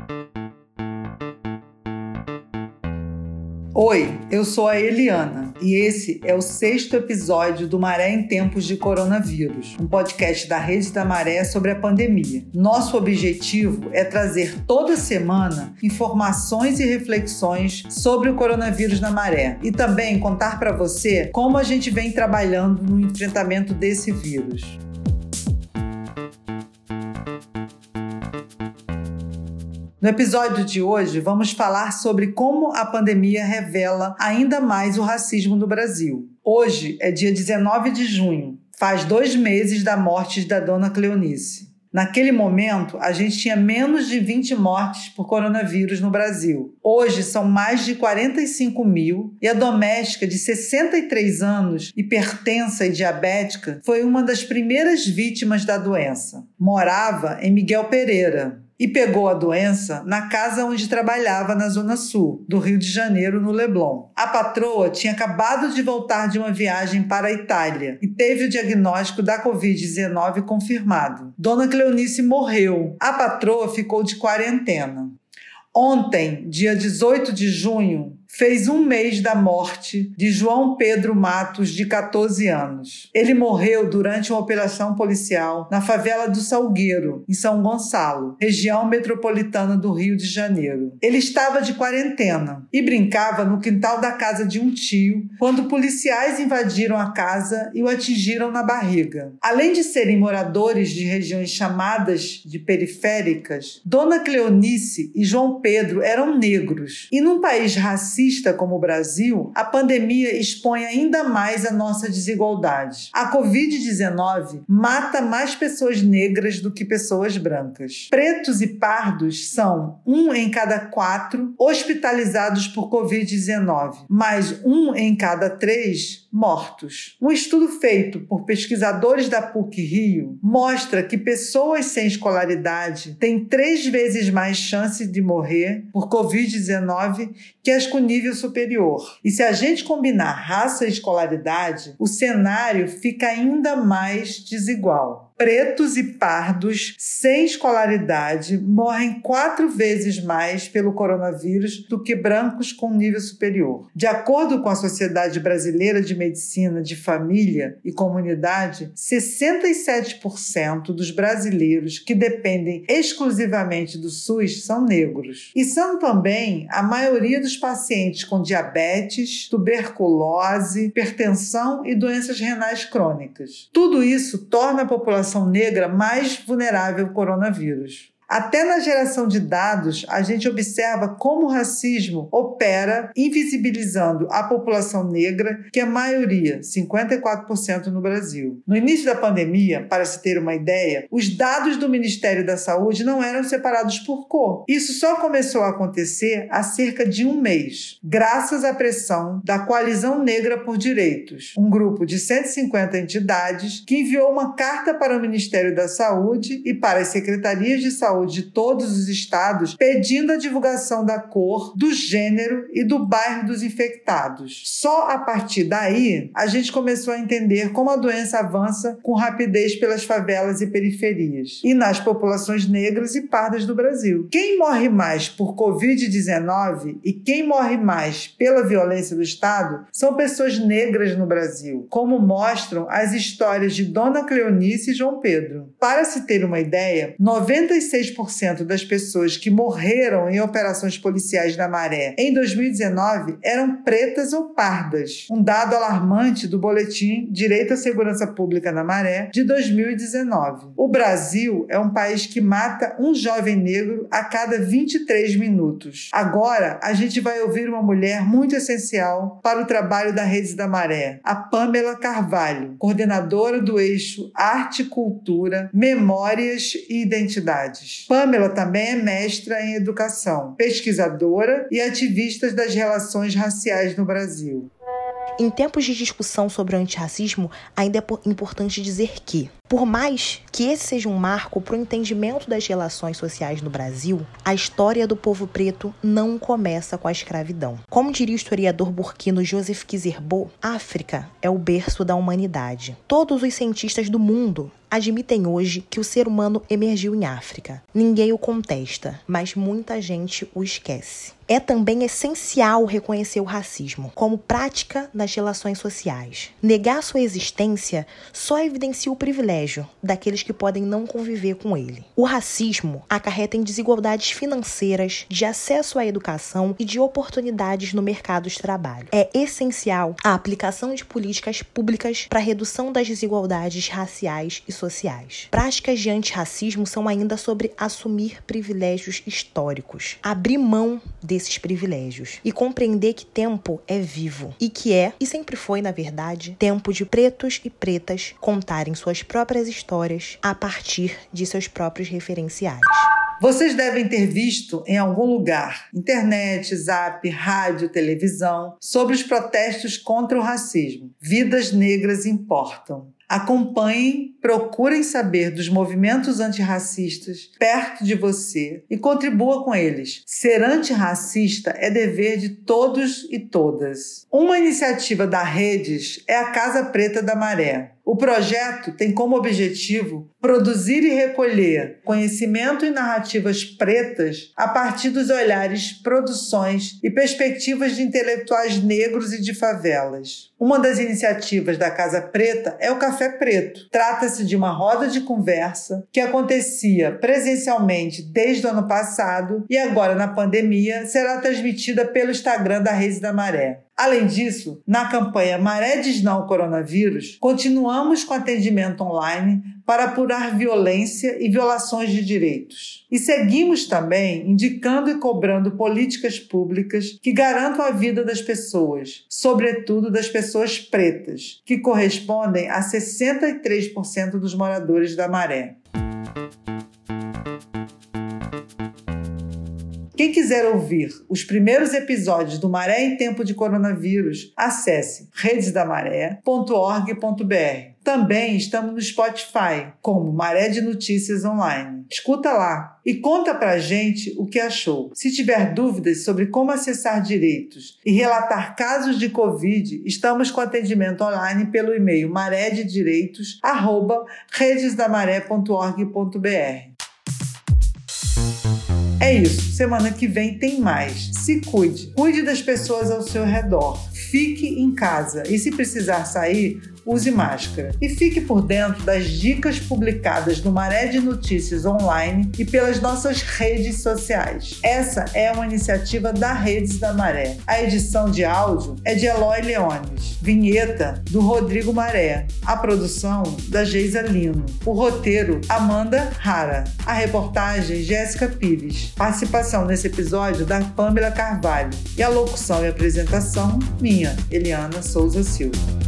Oi, eu sou a Eliana e esse é o 6º episódio do Maré em Tempos de Coronavírus, um podcast da Rede da Maré sobre a pandemia. Nosso objetivo é trazer toda semana informações e reflexões sobre o coronavírus na Maré e também contar para você como a gente vem trabalhando no enfrentamento desse vírus. No episódio de hoje, vamos falar sobre como a pandemia revela ainda mais o racismo no Brasil. Hoje é dia 19 de junho, faz 2 meses da morte da dona Cleonice. Naquele momento, a gente tinha menos de 20 mortes por coronavírus no Brasil. Hoje são mais de 45 mil e a doméstica de 63 anos, hipertensa e diabética, foi uma das primeiras vítimas da doença. Morava em Miguel Pereira e pegou a doença na casa onde trabalhava na Zona Sul, do Rio de Janeiro, no Leblon. A patroa tinha acabado de voltar de uma viagem para a Itália e teve o diagnóstico da Covid-19 confirmado. Dona Cleonice morreu. A patroa ficou de quarentena. Ontem, dia 18 de junho, fez 1 mês da morte de João Pedro Matos, de 14 anos. Ele morreu durante uma operação policial na favela do Salgueiro, em São Gonçalo, região metropolitana do Rio de Janeiro. Ele estava de quarentena e brincava no quintal da casa de um tio quando policiais invadiram a casa e o atingiram na barriga. Além de serem moradores de regiões chamadas de periféricas, Dona Cleonice e João Pedro eram negros. E num país racista como o Brasil, a pandemia expõe ainda mais a nossa desigualdade. A Covid-19 mata mais pessoas negras do que pessoas brancas. Pretos e pardos são 1 em cada 4 hospitalizados por Covid-19, mais 1 em cada 3 mortos. Um estudo feito por pesquisadores da PUC-Rio mostra que pessoas sem escolaridade têm 3 vezes mais chance de morrer por Covid-19 que as com nível superior. E se a gente combinar raça e escolaridade, o cenário fica ainda mais desigual. Pretos e pardos sem escolaridade morrem 4 vezes mais pelo coronavírus do que brancos com nível superior. De acordo com a Sociedade Brasileira de Medicina de Família e Comunidade, 67% dos brasileiros que dependem exclusivamente do SUS são negros. E são também a maioria dos pacientes com diabetes, tuberculose, hipertensão e doenças renais crônicas. Tudo isso torna a população negra mais vulnerável ao coronavírus. Até na geração de dados, a gente observa como o racismo opera invisibilizando a população negra, que é a maioria, 54% no Brasil. No início da pandemia, para se ter uma ideia, os dados do Ministério da Saúde não eram separados por cor. Isso só começou a acontecer há cerca de 1 mês, graças à pressão da Coalizão Negra por Direitos, um grupo de 150 entidades que enviou uma carta para o Ministério da Saúde e para as secretarias de saúde de todos os estados, pedindo a divulgação da cor, do gênero e do bairro dos infectados. Só a partir daí, a gente começou a entender como a doença avança com rapidez pelas favelas e periferias, e nas populações negras e pardas do Brasil. Quem morre mais por Covid-19 e quem morre mais pela violência do Estado são pessoas negras no Brasil, como mostram as histórias de Dona Cleonice e João Pedro. Para se ter uma ideia, 96% das pessoas que morreram em operações policiais na Maré em 2019 eram pretas ou pardas, um dado alarmante do boletim Direito à Segurança Pública na Maré de 2019. O Brasil é um país que mata um jovem negro a cada 23 minutos. Agora, a gente vai ouvir uma mulher muito essencial para o trabalho da Rede da Maré, a Pamela Carvalho, coordenadora do eixo Arte, Cultura, Memórias e Identidades. Pamela também é mestra em educação, pesquisadora e ativista das relações raciais no Brasil. Em tempos de discussão sobre o antirracismo, ainda é importante dizer que, por mais que esse seja um marco para o entendimento das relações sociais no Brasil, a história do povo preto não começa com a escravidão. Como diria o historiador burkino Joseph Kizerbo, África é o berço da humanidade. Todos os cientistas do mundo admitem hoje que o ser humano emergiu em África. Ninguém o contesta, mas muita gente o esquece. É também essencial reconhecer o racismo como prática nas relações sociais. Negar sua existência só evidencia o privilégio daqueles que podem não conviver com ele. O racismo acarreta em desigualdades financeiras, de acesso à educação e de oportunidades no mercado de trabalho. É essencial a aplicação de políticas públicas para a redução das desigualdades raciais e sociais. Práticas de antirracismo são ainda sobre assumir privilégios históricos, abrir mão desses privilégios e compreender que tempo é vivo e que é, e sempre foi, na verdade, tempo de pretos e pretas contarem suas próprias histórias a partir de seus próprios referenciais. Vocês devem ter visto em algum lugar, internet, zap, rádio, televisão, sobre os protestos contra o racismo. Vidas negras importam. Acompanhem, procurem saber dos movimentos antirracistas perto de você e contribua com eles. Ser antirracista é dever de todos e todas. Uma iniciativa da Redes é a Casa Preta da Maré. O projeto tem como objetivo produzir e recolher conhecimento e narrativas pretas a partir dos olhares, produções e perspectivas de intelectuais negros e de favelas. Uma das iniciativas da Casa Preta é o Café Preto. Trata-se de uma roda de conversa que acontecia presencialmente desde o ano passado e agora, na pandemia, será transmitida pelo Instagram da Redes da Maré. Além disso, na campanha Maré Diz Não ao Coronavírus, continuamos com atendimento online para apurar violência e violações de direitos. E seguimos também indicando e cobrando políticas públicas que garantam a vida das pessoas, sobretudo das pessoas pretas, que correspondem a 63% dos moradores da Maré. Quem quiser ouvir os primeiros episódios do Maré em Tempo de Coronavírus, acesse redesdamaré.org.br. Também estamos no Spotify, como Maré de Notícias Online. Escuta lá e conta pra gente o que achou. Se tiver dúvidas sobre como acessar direitos e relatar casos de Covid, estamos com atendimento online pelo e-mail marededireitos@redesdamaré.org.br. É isso, semana que vem tem mais. Se cuide, cuide das pessoas ao seu redor. Fique em casa e, se precisar sair, use máscara. E fique por dentro das dicas publicadas no Maré de Notícias Online e pelas nossas redes sociais. Essa é uma iniciativa da Redes da Maré. A edição de áudio é de Eloy Leones. Vinheta do Rodrigo Maré. A produção da Geisa Lino. O roteiro, Amanda Rara. A reportagem, Jéssica Pires. Participação nesse episódio da Pamela Carvalho. E a locução e apresentação, minha, Eliana Souza Silva.